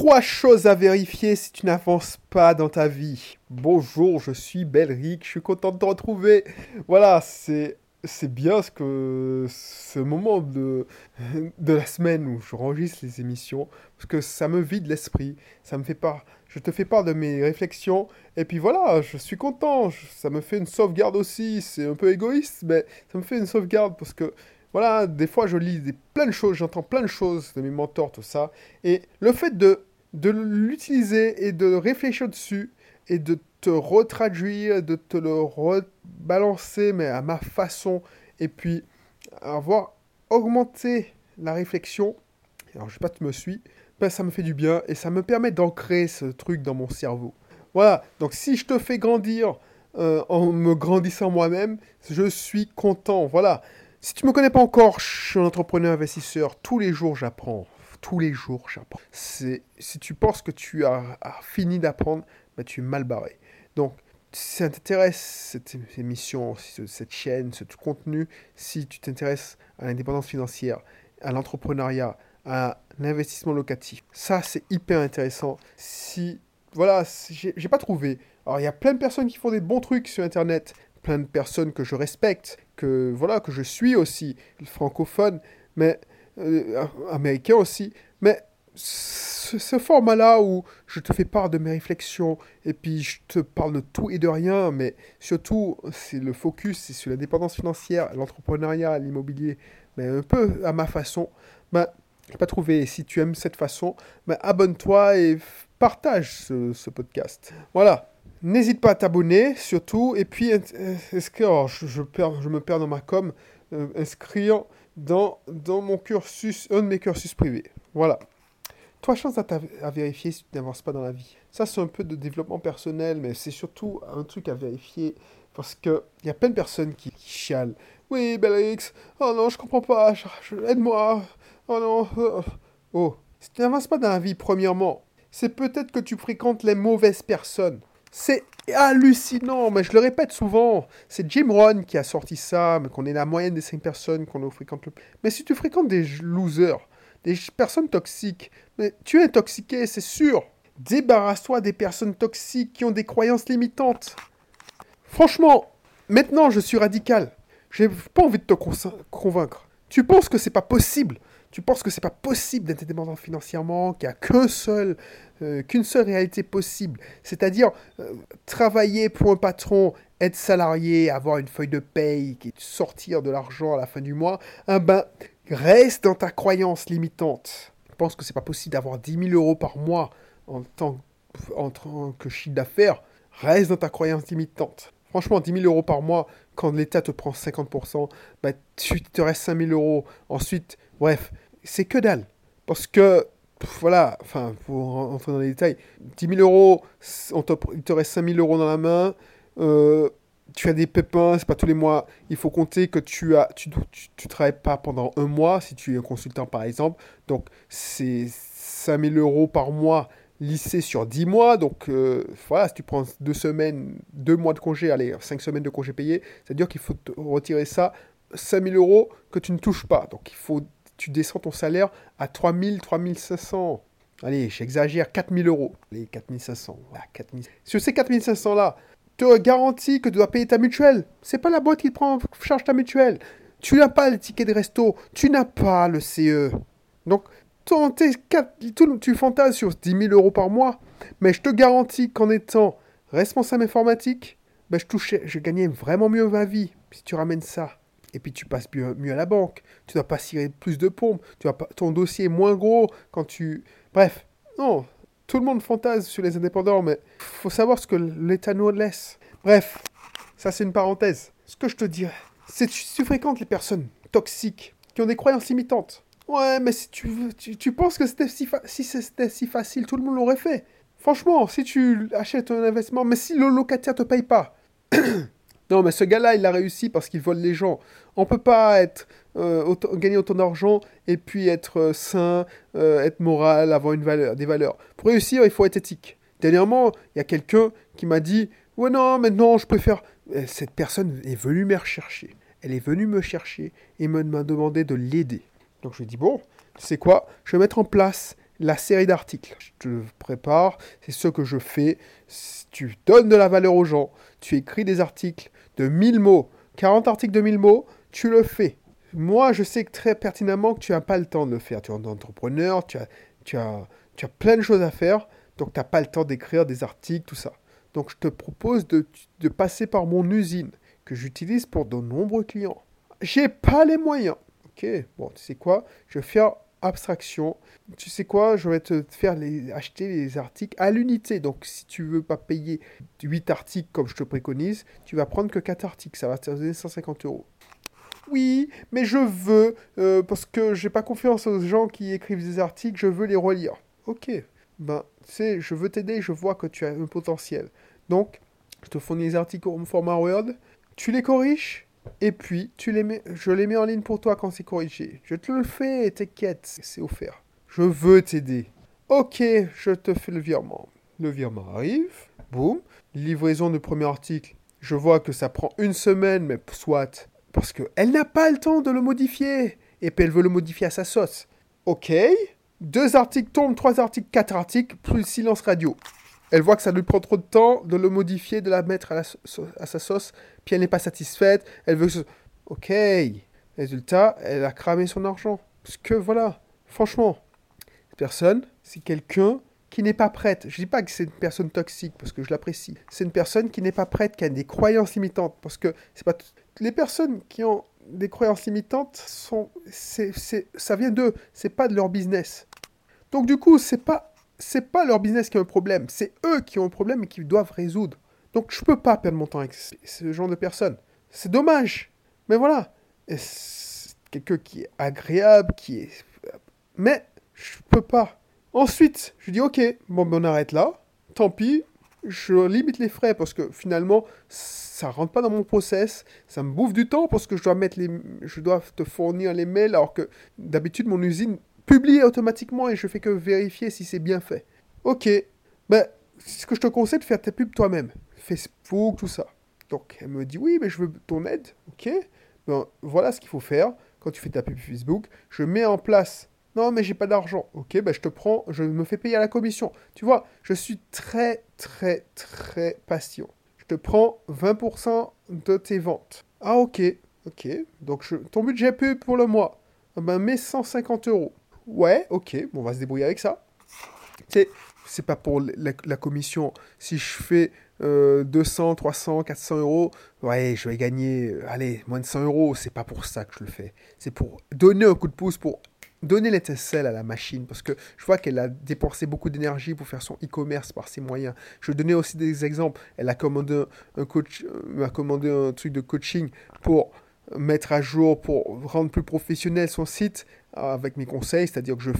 3 choses à vérifier si tu n'avances pas dans ta vie. Bonjour, je suis Belric, je suis content de te retrouver. Voilà, c'est bien ce moment de la semaine où je enregistre les émissions, parce que ça me vide l'esprit, ça me fait part, je te fais part de mes réflexions, et puis voilà, je suis content, ça me fait une sauvegarde aussi, c'est un peu égoïste, mais ça me fait une sauvegarde, parce que voilà, des fois je lis plein de choses, j'entends plein de choses de mes mentors, tout ça, et le fait de l'utiliser et de réfléchir dessus, et de te retraduire, de te le rebalancer, mais à ma façon, et puis avoir augmenté la réflexion, alors je sais pas si tu me suis, ben ça me fait du bien, et ça me permet d'ancrer ce truc dans mon cerveau. Voilà, donc si je te fais grandir en me grandissant moi-même, je suis content, voilà. Si tu me connais pas encore, je suis un entrepreneur investisseur, tous les jours j'apprends. Tous les jours, j'apprends. Si tu penses que tu as fini d'apprendre, ben, tu es mal barré. Donc, si ça t'intéresse, cette émission, cette chaîne, ce contenu, si tu t'intéresses à l'indépendance financière, à l'entrepreneuriat, à l'investissement locatif, ça, c'est hyper intéressant. Voilà, j'ai pas trouvé. Alors, il y a plein de personnes qui font des bons trucs sur Internet, plein de personnes que je respecte, que je suis aussi, francophones, mais américain aussi, mais ce format-là où je te fais part de mes réflexions et puis je te parle de tout et de rien, mais surtout, c'est le focus, c'est sur l'indépendance financière, l'entrepreneuriat, l'immobilier, mais un peu à ma façon, ben, je n'ai pas trouvé. Si tu aimes cette façon, ben, abonne-toi et partage ce podcast. Voilà. N'hésite pas à t'abonner, surtout, et puis inscrire, je me perds dans ma com, inscrire dans mon cursus, un de mes cursus privés. Voilà. 3 choses à vérifier si tu n'avances pas dans la vie. Ça, c'est un peu de développement personnel, mais c'est surtout un truc à vérifier parce qu'il y a plein de personnes qui chialent. Oui, Belrix, oh non, je comprends pas, aide-moi, oh non. Oh, si tu n'avances pas dans la vie, premièrement, c'est peut-être que tu fréquentes les mauvaises personnes. C'est hallucinant, mais je le répète souvent. C'est Jim Rohn qui a sorti ça, mais qu'on est la moyenne des 5 personnes qu'on fréquente le plus. Mais si tu fréquentes des losers, des personnes toxiques, mais tu es intoxiqué, c'est sûr. Débarrasse-toi des personnes toxiques qui ont des croyances limitantes. Franchement, maintenant je suis radical. J'ai pas envie de te convaincre. Tu penses que c'est pas possible. Tu penses que c'est pas possible d'être indépendant financièrement, qu'il n'y a qu'une seule réalité possible. C'est-à-dire travailler pour un patron, être salarié, avoir une feuille de paye, et sortir de l'argent à la fin du mois. Ben, reste dans ta croyance limitante. Tu penses que c'est pas possible d'avoir 10 000 euros par mois en tant que chiffre d'affaires. Reste dans ta croyance limitante. Franchement, 10 000 euros par mois, quand l'État te prend 50%, bah, tu te restes 5 000 euros. Ensuite, bref, c'est que dalle. Parce que, voilà, enfin, pour rentrer dans les détails, 10 000 euros, il te reste 5 000 euros dans la main. Tu as des pépins, c'est pas tous les mois. Il faut compter que tu travailles pas pendant un mois, si tu es un consultant par exemple. Donc, c'est 5 000 euros par mois lissé sur 10 mois. Donc, voilà, si tu prends 2 mois de congé, allez, 5 semaines de congé payé, c'est-à-dire qu'il faut te retirer ça, 5 000 euros que tu ne touches pas. Donc, tu descends ton salaire à 3 000, 3 500. Allez, j'exagère, 4 000 euros. Allez, 4 500. Voilà, 4 000. Sur ces 4 500-là, te garantis que tu dois payer ta mutuelle. C'est pas la boîte qui te prend en charge ta mutuelle. Tu n'as pas le ticket de resto. Tu n'as pas le CE. Donc, tu fantasmes sur 10 000 euros par mois, mais je te garantis qu'en étant responsable informatique, ben je gagnais vraiment mieux ma vie si tu ramènes ça. Et puis tu passes mieux à la banque, tu dois pas cirer plus de pompes, ton dossier est moins gros quand tu... Bref, non, tout le monde fantasme sur les indépendants, mais faut savoir ce que l'État nous laisse. Bref, ça c'est une parenthèse. Ce que je te dirais, c'est que si tu fréquentes les personnes toxiques, qui ont des croyances limitantes, ouais, mais si tu penses que si c'était si facile, tout le monde l'aurait fait. Franchement, si tu achètes un investissement, mais si le locataire te paye pas. Non, mais ce gars-là, il a réussi parce qu'il vole les gens. On peut pas gagner autant d'argent et puis être sain, être moral, avoir des valeurs. Pour réussir, il faut être éthique. Dernièrement, il y a quelqu'un qui m'a dit « Ouais, non, mais non, je préfère... » Cette personne est venue me rechercher. Elle est venue me chercher et m'a demandé de l'aider. Donc je lui ai dit, bon, tu sais quoi, je vais mettre en place la série d'articles. Je te prépare, c'est ce que je fais. Tu donnes de la valeur aux gens, tu écris des articles de 1000 mots, 40 articles de 1000 mots, tu le fais. Moi, je sais que très pertinemment que tu n'as pas le temps de le faire. Tu es un entrepreneur, tu as plein de choses à faire, donc tu n'as pas le temps d'écrire des articles, tout ça. Donc je te propose de passer par mon usine, que j'utilise pour de nombreux clients. J'ai pas les moyens. Ok, bon, tu sais quoi? Je vais faire abstraction. Tu sais quoi? Je vais te faire acheter les articles à l'unité. Donc si tu veux pas payer 8 articles comme je te préconise, tu vas prendre que 4 articles. Ça va te donner 150 euros. Oui, mais je veux, parce que j'ai pas confiance aux gens qui écrivent des articles, je veux les relire. Ok, ben, tu sais, je veux t'aider, je vois que tu as un potentiel. Donc, je te fournis les articles au format Word, tu les corriges, et puis je les mets en ligne pour toi quand c'est corrigé. Je te le fais, t'inquiète, c'est offert. Je veux t'aider. Ok, je te fais le virement. Le virement arrive, boum, livraison du premier article. Je vois que ça prend une semaine, mais soit. Parce qu'elle n'a pas le temps de le modifier. Et puis elle veut le modifier à sa sauce. Ok. 2 articles tombent, 3 articles, 4 articles, plus silence radio. Elle voit que ça lui prend trop de temps de le modifier, de la mettre à sa sauce. Puis elle n'est pas satisfaite. Elle veut... Ok. Résultat, elle a cramé son argent. Parce que voilà, franchement, cette personne, c'est quelqu'un qui n'est pas prête. Je dis pas que c'est une personne toxique, parce que je l'apprécie. C'est une personne qui n'est pas prête, qui a des croyances limitantes. Parce que c'est pas... Les personnes qui ont des croyances limitantes, ça vient d'eux. C'est pas de leur business. Donc du coup, c'est pas leur business qui a un problème. C'est eux qui ont un problème et qui doivent résoudre. Donc je peux pas perdre mon temps avec ce genre de personnes. C'est dommage. Mais voilà. Et c'est quelqu'un qui est agréable, qui est... Mais je peux pas. Ensuite, je dis ok, bon ben on arrête là. Tant pis, je limite les frais parce que finalement ça rentre pas dans mon process, ça me bouffe du temps parce que je dois te fournir les mails alors que d'habitude mon usine publie automatiquement et je fais que vérifier si c'est bien fait. Ok, ben ce que je te conseille de faire tes pubs toi-même, Facebook, tout ça. Donc elle me dit oui mais je veux ton aide, ok. Ben voilà ce qu'il faut faire quand tu fais ta pub Facebook. Je mets en place. Non, mais j'ai pas d'argent. Ok, ben je me fais payer à la commission. Tu vois, je suis très, très, très patient. Je te prends 20% de tes ventes. Ah, ok, ok. Donc, ton budget pub pour le mois. Ah ben, mets 150 euros. Ouais, ok, bon, on va se débrouiller avec ça. C'est pas pour la commission. Si je fais 200, 300, 400 euros, ouais, je vais gagner, allez, moins de 100 euros. C'est pas pour ça que je le fais. C'est pour donner un coup de pouce, pour donner l'étincelle à la machine, parce que je vois qu'elle a dépensé beaucoup d'énergie pour faire son e-commerce par ses moyens. Je vais donner aussi des exemples. Elle a commandé m'a commandé un truc de coaching pour mettre à jour, pour rendre plus professionnel son site avec mes conseils, c'est-à-dire que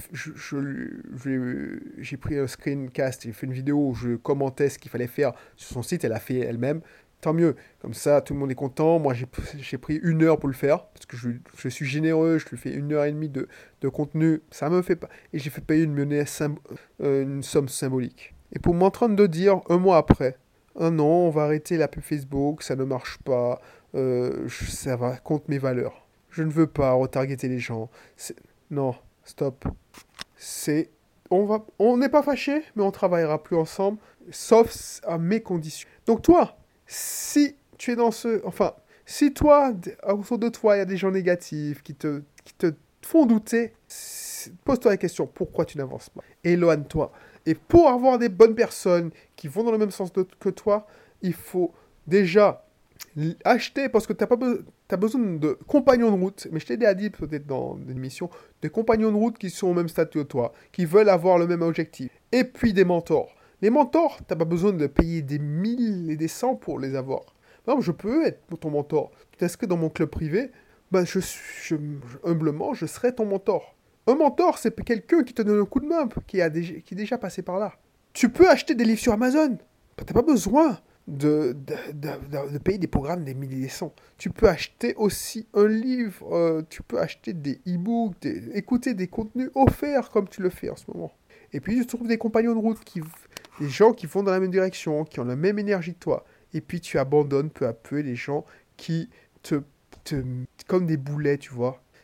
j'ai pris un screencast, j'ai fait une vidéo où je commentais ce qu'il fallait faire sur son site, elle a fait elle-même. Tant mieux, comme ça tout le monde est content. Moi j'ai pris 1 heure pour le faire, parce que je suis généreux, je lui fais 1 heure et demie de contenu, ça me fait pas. Et j'ai fait payer une somme symbolique. Et pour m'entendre de dire 1 mois après, ah non, on va arrêter la pub Facebook, ça ne marche pas, ça va contre mes valeurs. Je ne veux pas retargeter les gens. Non, stop. C'est... On n'est pas fâchés, mais on travaillera plus ensemble, sauf à mes conditions. Donc toi, si tu es dans ce... Enfin, si toi, autour de toi, il y a des gens négatifs qui te font douter, pose-toi la question, pourquoi tu n'avances pas? Éloigne-toi. Et pour avoir des bonnes personnes qui vont dans le même sens que toi, il faut déjà acheter, parce que tu as besoin de compagnons de route, mais je t'ai déjà dit peut-être dans une émission, des compagnons de route qui sont au même statut que toi, qui veulent avoir le même objectif. Et puis des mentors. Les mentors, tu n'as pas besoin de payer des 1000 et des 100 pour les avoir. Non, je peux être ton mentor. Tu t'inscris dans mon club privé, ben humblement, je serai ton mentor. Un mentor, c'est quelqu'un qui te donne un coup de main, qui est déjà passé par là. Tu peux acheter des livres sur Amazon. Tu n'as pas besoin de payer des programmes des milliers de cents. Tu peux acheter aussi un livre, tu peux acheter des e-books, écouter des contenus offerts comme tu le fais en ce moment. Et puis tu trouves des compagnons de route, des gens qui vont dans la même direction, qui ont la même énergie que toi. Et puis tu abandonnes peu à peu les gens qui comme des boulets, tu vois.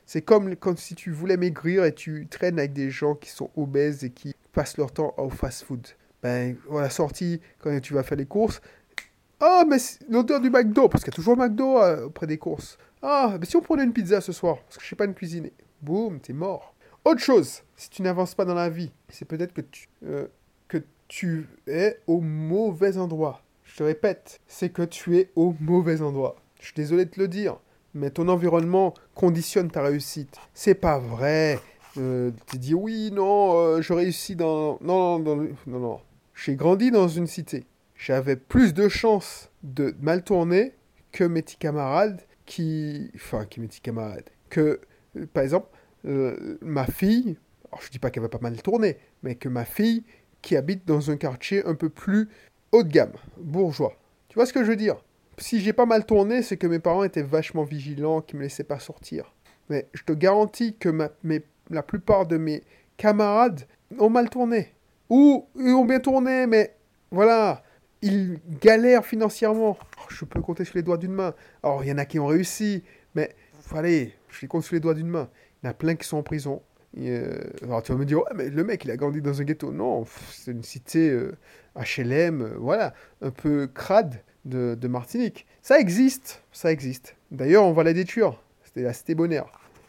C'est comme si tu voulais maigrir et tu traînes avec des gens qui sont obèses et qui passent leur temps au fast-food. Ben, à la sortie, quand tu vas faire les courses, ah, mais l'odeur du McDo, parce qu'il y a toujours un McDo auprès des courses. Ah, mais si on prenait une pizza ce soir, parce que je sais pas une cuisiner. Boum, t'es mort. Autre chose, si tu n'avances pas dans la vie, c'est peut-être que tu es au mauvais endroit. Je te répète, c'est que tu es au mauvais endroit. Je suis désolé de te le dire, mais ton environnement conditionne ta réussite. C'est pas vrai. Tu dis oui, non, je réussis dans... Non, non, non. J'ai grandi dans une cité. J'avais plus de chances de mal tourner que mes petits camarades qui... Enfin, que mes petits camarades. Que, par exemple, ma fille... Alors, je dis pas qu'elle va pas mal tourner, mais que ma fille qui habite dans un quartier un peu plus haut de gamme, bourgeois. Tu vois ce que je veux dire? Si j'ai pas mal tourné, c'est que mes parents étaient vachement vigilants, qu'ils me laissaient pas sortir. Mais je te garantis que la plupart de mes camarades ont mal tourné. Ou ils ont bien tourné, mais voilà, ils galèrent financièrement. Je peux compter sur les doigts d'une main. Alors, il y en a qui ont réussi, mais allez, je les compte sur les doigts d'une main. Il y en a plein qui sont en prison. Alors tu vas me dire, ouais, mais le mec il a grandi dans un ghetto. Non, c'est une cité HLM, voilà, un peu crade de Martinique. Ça existe, ça existe. D'ailleurs, on va la détruire. C'était la cité Bonheur.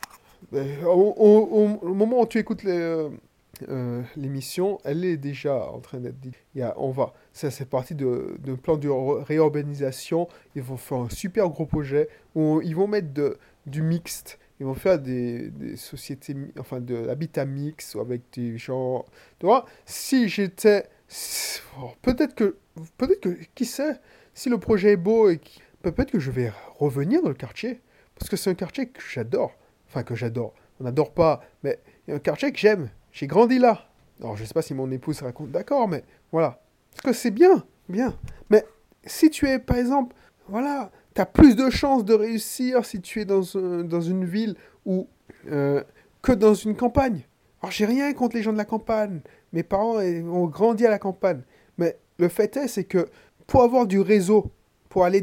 Au moment où tu écoutes l'émission, elle est déjà en train d'être dite. Ça c'est parti d'un plan de réurbanisation. Ils vont faire un super gros projet où ils vont mettre du mixte. Ils vont faire des sociétés, enfin de l'habitat mix avec des gens. Tu vois, si j'étais, peut-être que, qui sait, si le projet est beau peut-être que je vais revenir dans le quartier, parce que c'est un quartier que j'adore. Enfin que j'adore. On n'adore pas, mais il y a un quartier que j'aime. J'ai grandi là. Alors je sais pas si mon épouse raconte d'accord, mais voilà. Parce que c'est bien, bien. Mais si tu es, par exemple, voilà, tu as plus de chances de réussir si tu es dans une ville que dans une campagne. Alors j'ai rien contre les gens de la campagne. Mes parents ont grandi à la campagne. Mais le fait est, c'est que pour avoir du réseau, pour aller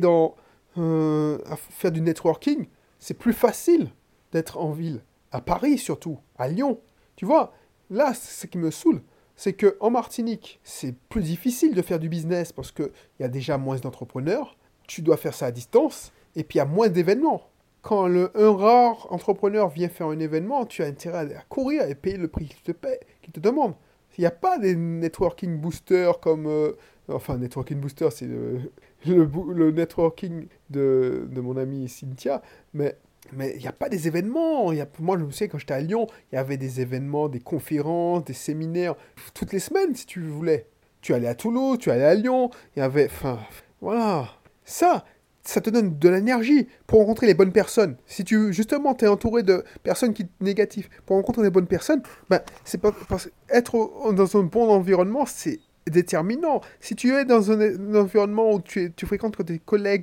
faire du networking, c'est plus facile d'être en ville. À Paris surtout, à Lyon. Tu vois, là, ce qui me saoule, c'est qu'en Martinique, c'est plus difficile de faire du business parce qu'il y a déjà moins d'entrepreneurs. Tu dois faire ça à distance. Et puis il y a moins d'événements. Quand un rare entrepreneur vient faire un événement, tu as intérêt à courir et payer le prix qu'il te demande. Il n'y a pas des networking boosters comme... enfin, networking booster, c'est le networking de mon amie Cynthia, mais il n'y a pas des événements. Moi, je me souviens, quand j'étais à Lyon, il y avait des événements, des conférences, des séminaires, toutes les semaines, si tu voulais. Tu allais à Toulouse, tu allais à Lyon, il y avait... Enfin, voilà. Ça te donne de l'énergie pour rencontrer les bonnes personnes. Si justement, tu es entouré de personnes négatives, pour rencontrer les bonnes personnes, ben, c'est pas, être dans un bon environnement, c'est déterminant. Si tu es dans un environnement où tu fréquentes des collègues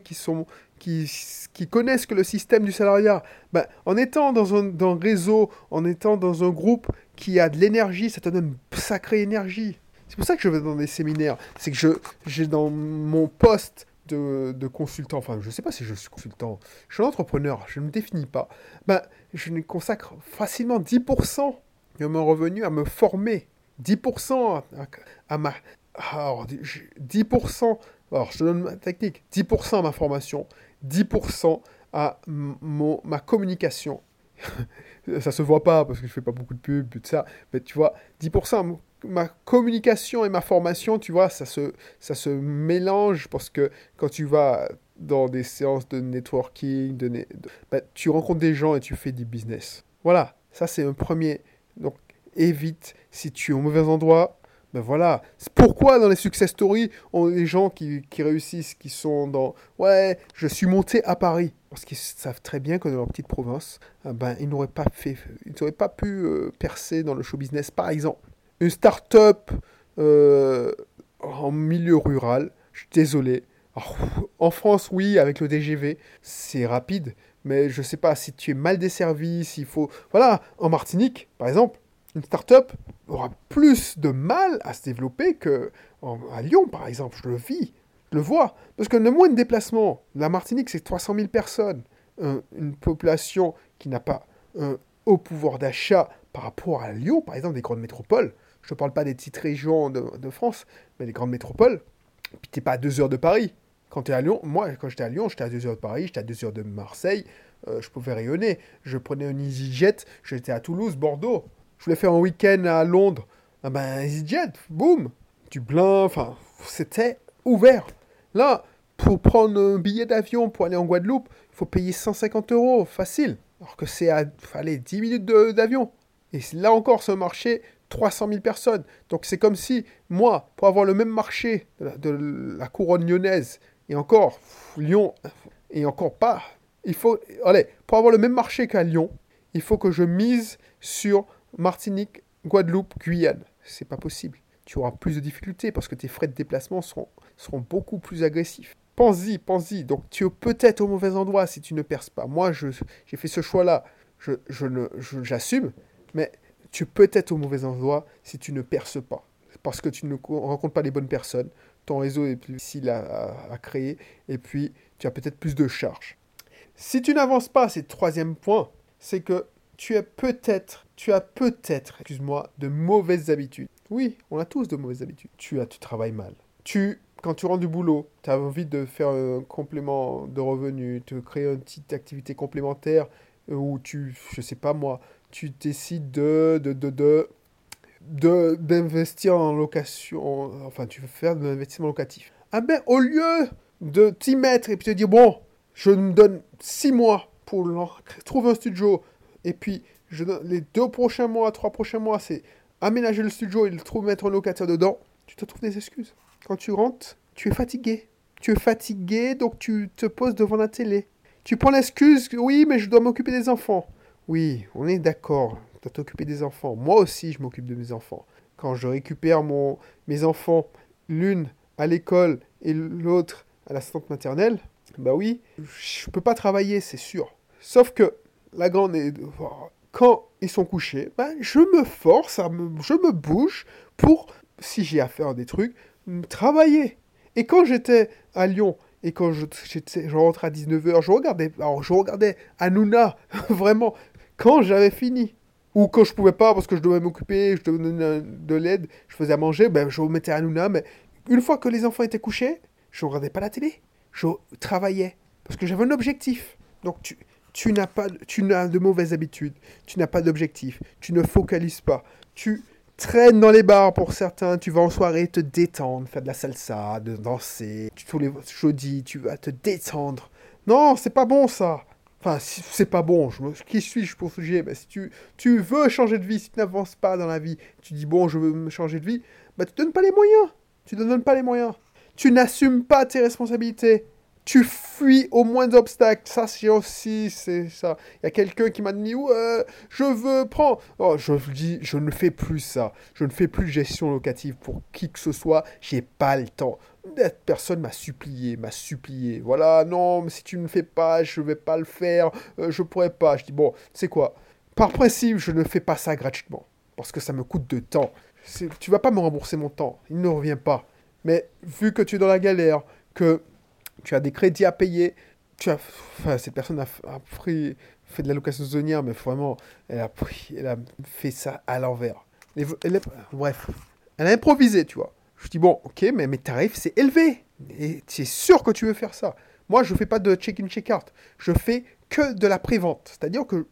qui connaissent que le système du salariat, ben, en étant dans un réseau, en étant dans un groupe qui a de l'énergie, ça te donne une sacrée énergie. C'est pour ça que je vais dans des séminaires. C'est que j'ai dans mon poste de consultant, enfin je ne sais pas si je suis consultant, je suis un entrepreneur, je ne me définis pas, ben, je ne consacre facilement 10% de mon revenu à me former, 10% à ma... Alors, 10%, alors je te donne ma technique, 10% à ma formation, 10% à ma communication. Ça se voit pas parce que je fais pas beaucoup de pub et tout ça, mais tu vois, 10% à ma communication et ma formation, tu vois, ça se mélange parce que quand tu vas dans des séances de networking, bah, tu rencontres des gens et tu fais du business. Voilà, ça c'est un premier. Donc évite, si tu es au mauvais endroit, ben voilà. C'est pourquoi dans les success stories, on a des gens qui réussissent, qui sont dans... Ouais, je suis monté à Paris. Parce qu'ils savent très bien que dans leur petite province, ben, ils n'auraient pas pu percer dans le show business, par exemple. Une start-up en milieu rural, je suis désolé. Alors, en France, oui, avec le DGV, c'est rapide, mais je ne sais pas si tu es mal desservi, s'il faut... Voilà, en Martinique, par exemple, une start-up aura plus de mal à se développer qu'à Lyon, par exemple. Je le vis, je le vois. Parce que le moins de déplacements, la Martinique, c'est 300 000 personnes. Une population qui n'a pas au pouvoir d'achat par rapport à Lyon, par exemple, des grandes métropoles. Je ne parle pas des petites régions de France, mais les grandes métropoles. Puis t'es pas à 2 heures de Paris. Quand tu es à Lyon, moi, quand j'étais à Lyon, j'étais à 2 heures de Paris, j'étais à 2 heures de Marseille, je pouvais rayonner. Je prenais un EasyJet, j'étais à Toulouse, Bordeaux. Je voulais faire un week-end à Londres. Ah ben, EasyJet, boum, Dublin, enfin, c'était ouvert. Là, pour prendre un billet d'avion pour aller en Guadeloupe, il faut payer 150 euros, facile. Alors que c'est à, allez, 10 minutes d'avion. Et là encore, ce marché, 300 000 personnes. Donc c'est comme si, moi, pour avoir le même marché de la couronne lyonnaise, et encore, Lyon, et encore pas, il faut, allez, pour avoir le même marché qu'à Lyon, il faut que je mise sur Martinique, Guadeloupe, Guyane. C'est pas possible. Tu auras plus de difficultés parce que tes frais de déplacement seront beaucoup plus agressifs. Pense-y, pense-y. Donc tu es peut-être au mauvais endroit si tu ne perces pas. Moi, j'ai fait ce choix-là. J'assume, mais tu peux être au mauvais endroit si tu ne perces pas. Parce que tu ne rencontres pas les bonnes personnes. Ton réseau est plus difficile à créer. Et puis, tu as peut-être plus de charges. Si tu n'avances pas, c'est le troisième point, c'est que tu as peut-être, excuse-moi, de mauvaises habitudes. Oui, on a tous de mauvaises habitudes. Tu travailles mal. Quand tu rentres du boulot, tu as envie de faire un complément de revenu, de créer une petite activité complémentaire où je sais pas moi, tu décides d'investir en location, enfin tu veux faire de l'investissement locatif. Ah ben au lieu de t'y mettre et puis te dire bon, je me donne 6 mois pour trouver un studio et puis les 2 prochains mois, 3 prochains mois, c'est aménager le studio et mettre un locataire dedans, tu te trouves des excuses. Quand tu rentres, tu es fatigué. Tu es fatigué, donc tu te poses devant la télé. Tu prends l'excuse, oui, mais je dois m'occuper des enfants. Oui, on est d'accord, tu dois t'occuper des enfants. Moi aussi, je m'occupe de mes enfants. Quand je récupère mes enfants, l'une à l'école et l'autre à l'assistante maternelle, bah oui, je peux pas travailler, c'est sûr. Sauf que la grande est... Quand ils sont couchés, bah, je me force, je me bouge pour, si j'ai à faire des trucs, travailler. Et quand j'étais à Lyon et quand je rentrais à 19 h, je regardais Hanouna, vraiment, quand j'avais fini. Ou quand je pouvais pas parce que je devais m'occuper, je devais donner de l'aide, je faisais à manger, ben je remettais Hanouna. Mais une fois que les enfants étaient couchés, je regardais pas la télé. Je travaillais. Parce que j'avais un objectif. Donc tu n'as de mauvaises habitudes. Tu n'as pas d'objectif. Tu ne focalises pas. Tu traînes dans les bars pour certains. Tu vas en soirée te détendre, faire de la salsa, de danser. Tous les jeudis, tu vas te détendre. Non, c'est pas bon ça. Enfin, c'est pas bon. Qui suis-je pour juger? Ben, si tu veux changer de vie, si tu n'avances pas dans la vie, tu dis bon, je veux me changer de vie, bah, tu donnes pas les moyens. Tu ne donnes pas les moyens. Tu n'assumes pas tes responsabilités. Tu fuis au moindre obstacle. Ça, c'est ça. Il y a quelqu'un qui m'a dit, ouais, je veux prendre. Oh, je dis, je ne fais plus ça. Je ne fais plus de gestion locative pour qui que ce soit. J'ai pas le temps. Cette personne m'a supplié. Voilà, non, mais si tu ne le fais pas, je vais pas le faire. Je pourrais pas. Je dis, bon, c'est quoi? Par principe, je ne fais pas ça gratuitement. Parce que ça me coûte de temps. Tu vas pas me rembourser mon temps. Il ne revient pas. Mais vu que tu es dans la galère, que tu as des crédits à payer, cette personne fait de la location saisonnière, mais vraiment, elle a fait ça à l'envers. Bref, elle a improvisé, tu vois. Je dis, bon, ok, mais mes tarifs, c'est élevé. Et tu es sûr que tu veux faire ça. Moi, je ne fais pas de check-in, check-out. Je fais que de la prévente. C'est-à-dire que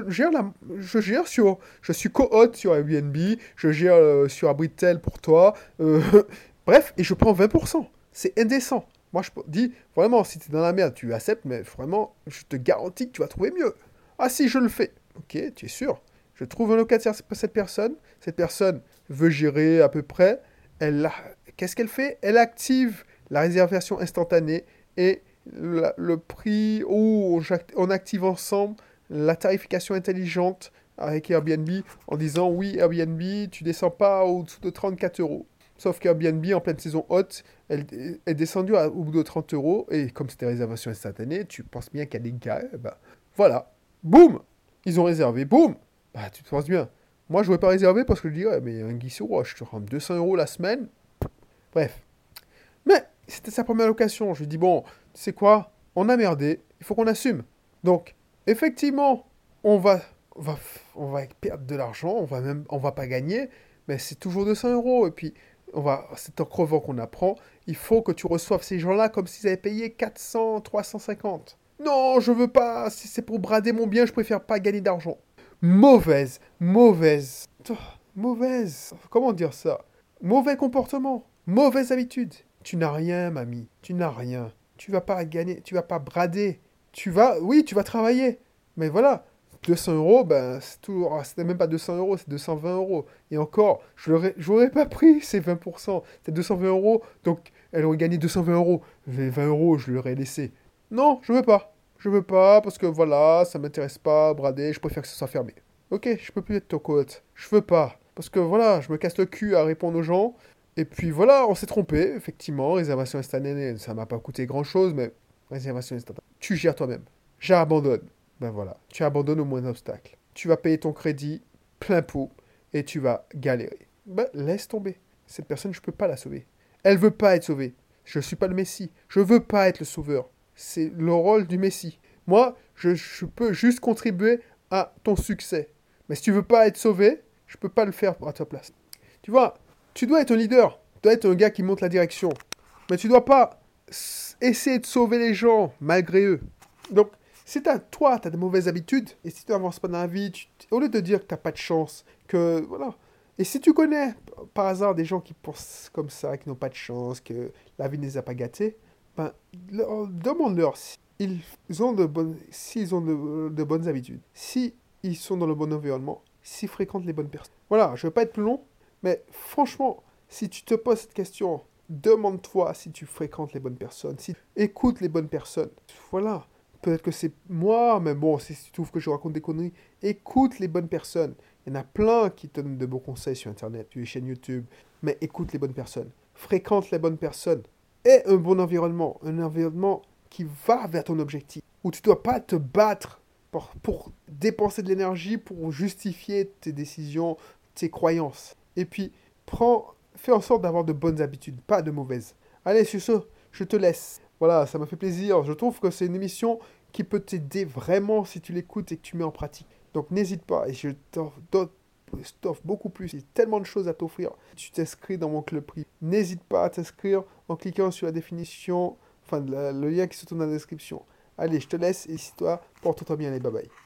je suis co-hôte sur Airbnb, je gère sur Abritel pour toi. Bref, et je prends 20%. C'est indécent. Moi, je dis, vraiment, si tu es dans la merde, tu acceptes, mais vraiment, je te garantis que tu vas trouver mieux. Ah si, je le fais. Ok, tu es sûr. Je trouve un locataire pour cette personne. Cette personne veut gérer à peu près. Qu'est-ce qu'elle fait? Elle active la réservation instantanée et le prix où on active ensemble la tarification intelligente avec Airbnb en disant oui, Airbnb, tu descends pas au-dessous de 34 euros. Sauf qu'Airbnb, en pleine saison haute, elle est descendue au bout de 30 euros. Et comme c'était réservation instantanée, tu penses bien qu'il y a des gars, bah, voilà. Boum! Ils ont réservé, boum! Bah, tu te penses bien. Moi, je ne voulais pas réserver parce que je dis, ouais, mais un Guy sur Roche, je te rends 200 euros la semaine. Bref. Mais c'était sa première location. Je lui dis, bon, tu sais quoi? On a merdé, il faut qu'on assume. Donc, effectivement, on va on va perdre de l'argent, on va pas gagner, mais c'est toujours 200 euros. Et puis, c'est en crevant qu'on apprend. Il faut que tu reçoives ces gens-là comme s'ils avaient payé 400, 350. Non, je veux pas. Si c'est pour brader mon bien, je préfère pas gagner d'argent. Mauvaise, mauvaise, mauvaise. Comment dire ça? Mauvais comportement, mauvaise habitude. Tu n'as rien, mamie. Tu n'as rien. Tu vas pas gagner, tu vas pas brader. Oui, tu vas travailler. Mais voilà, 200 euros, ben, c'est tout. C'était même pas 200 euros, c'est 220 euros. Et encore, j'aurais pas pris ces 20%. C'est 220 euros, donc elle aurait gagné 220 euros. Les 20 euros, je lui aurais laissé. Non, je veux pas. Je veux pas parce que voilà, ça m'intéresse pas, brader, je préfère que ce soit fermé. Ok, je peux plus être ton coach. Je veux pas. Parce que voilà, je me casse le cul à répondre aux gens. Et puis voilà, on s'est trompé, effectivement. Réservation instantanée, ça m'a pas coûté grand chose, mais réservation instantanée. Tu gères toi-même. J'abandonne. Ben voilà, tu abandonnes au moins d'obstacles. Tu vas payer ton crédit plein pot et tu vas galérer. Ben laisse tomber. Cette personne, je peux pas la sauver. Elle veut pas être sauvée. Je suis pas le Messie. Je veux pas être le sauveur. C'est le rôle du Messie. Moi, je peux juste contribuer à ton succès. Mais si tu veux pas être sauvé, je peux pas le faire à ta place. Tu vois, tu dois être un leader. Tu dois être un gars qui montre la direction. Mais tu dois pas essayer de sauver les gens malgré eux. Donc, si toi, tu as de mauvaises habitudes, et si tu n'avances pas dans la vie, au lieu de dire que tu n'as pas de chance, que voilà. Et si tu connais par hasard des gens qui pensent comme ça, qui n'ont pas de chance, que la vie ne les a pas gâtés, ben, demande-leur s'ils ont de bonnes habitudes, si ils sont dans le bon environnement, s'ils fréquentent les bonnes personnes. Voilà, je ne veux pas être plus long, mais franchement, si tu te poses cette question, demande-toi si tu fréquentes les bonnes personnes, si tu écoutes les bonnes personnes. Voilà. Peut-être que c'est moi, mais bon, si tu trouves que je raconte des conneries, écoute les bonnes personnes. Il y en a plein qui te donnent de bons conseils sur Internet, sur les chaînes YouTube, mais écoute les bonnes personnes. Fréquente les bonnes personnes. Et un environnement qui va vers ton objectif, où tu ne dois pas te battre pour dépenser de l'énergie, pour justifier tes décisions, tes croyances. Et puis, fais en sorte d'avoir de bonnes habitudes, pas de mauvaises. Allez, sur ce, je te laisse. Voilà, ça m'a fait plaisir. Je trouve que c'est une émission qui peut t'aider vraiment si tu l'écoutes et que tu mets en pratique. Donc n'hésite pas, et je t'offre beaucoup plus. Il y a tellement de choses à t'offrir. Tu t'inscris dans mon club privé. N'hésite pas à t'inscrire en cliquant sur la définition, le lien qui se trouve dans la description. Allez, je te laisse, et si toi, porte-toi bien, allez, bye bye.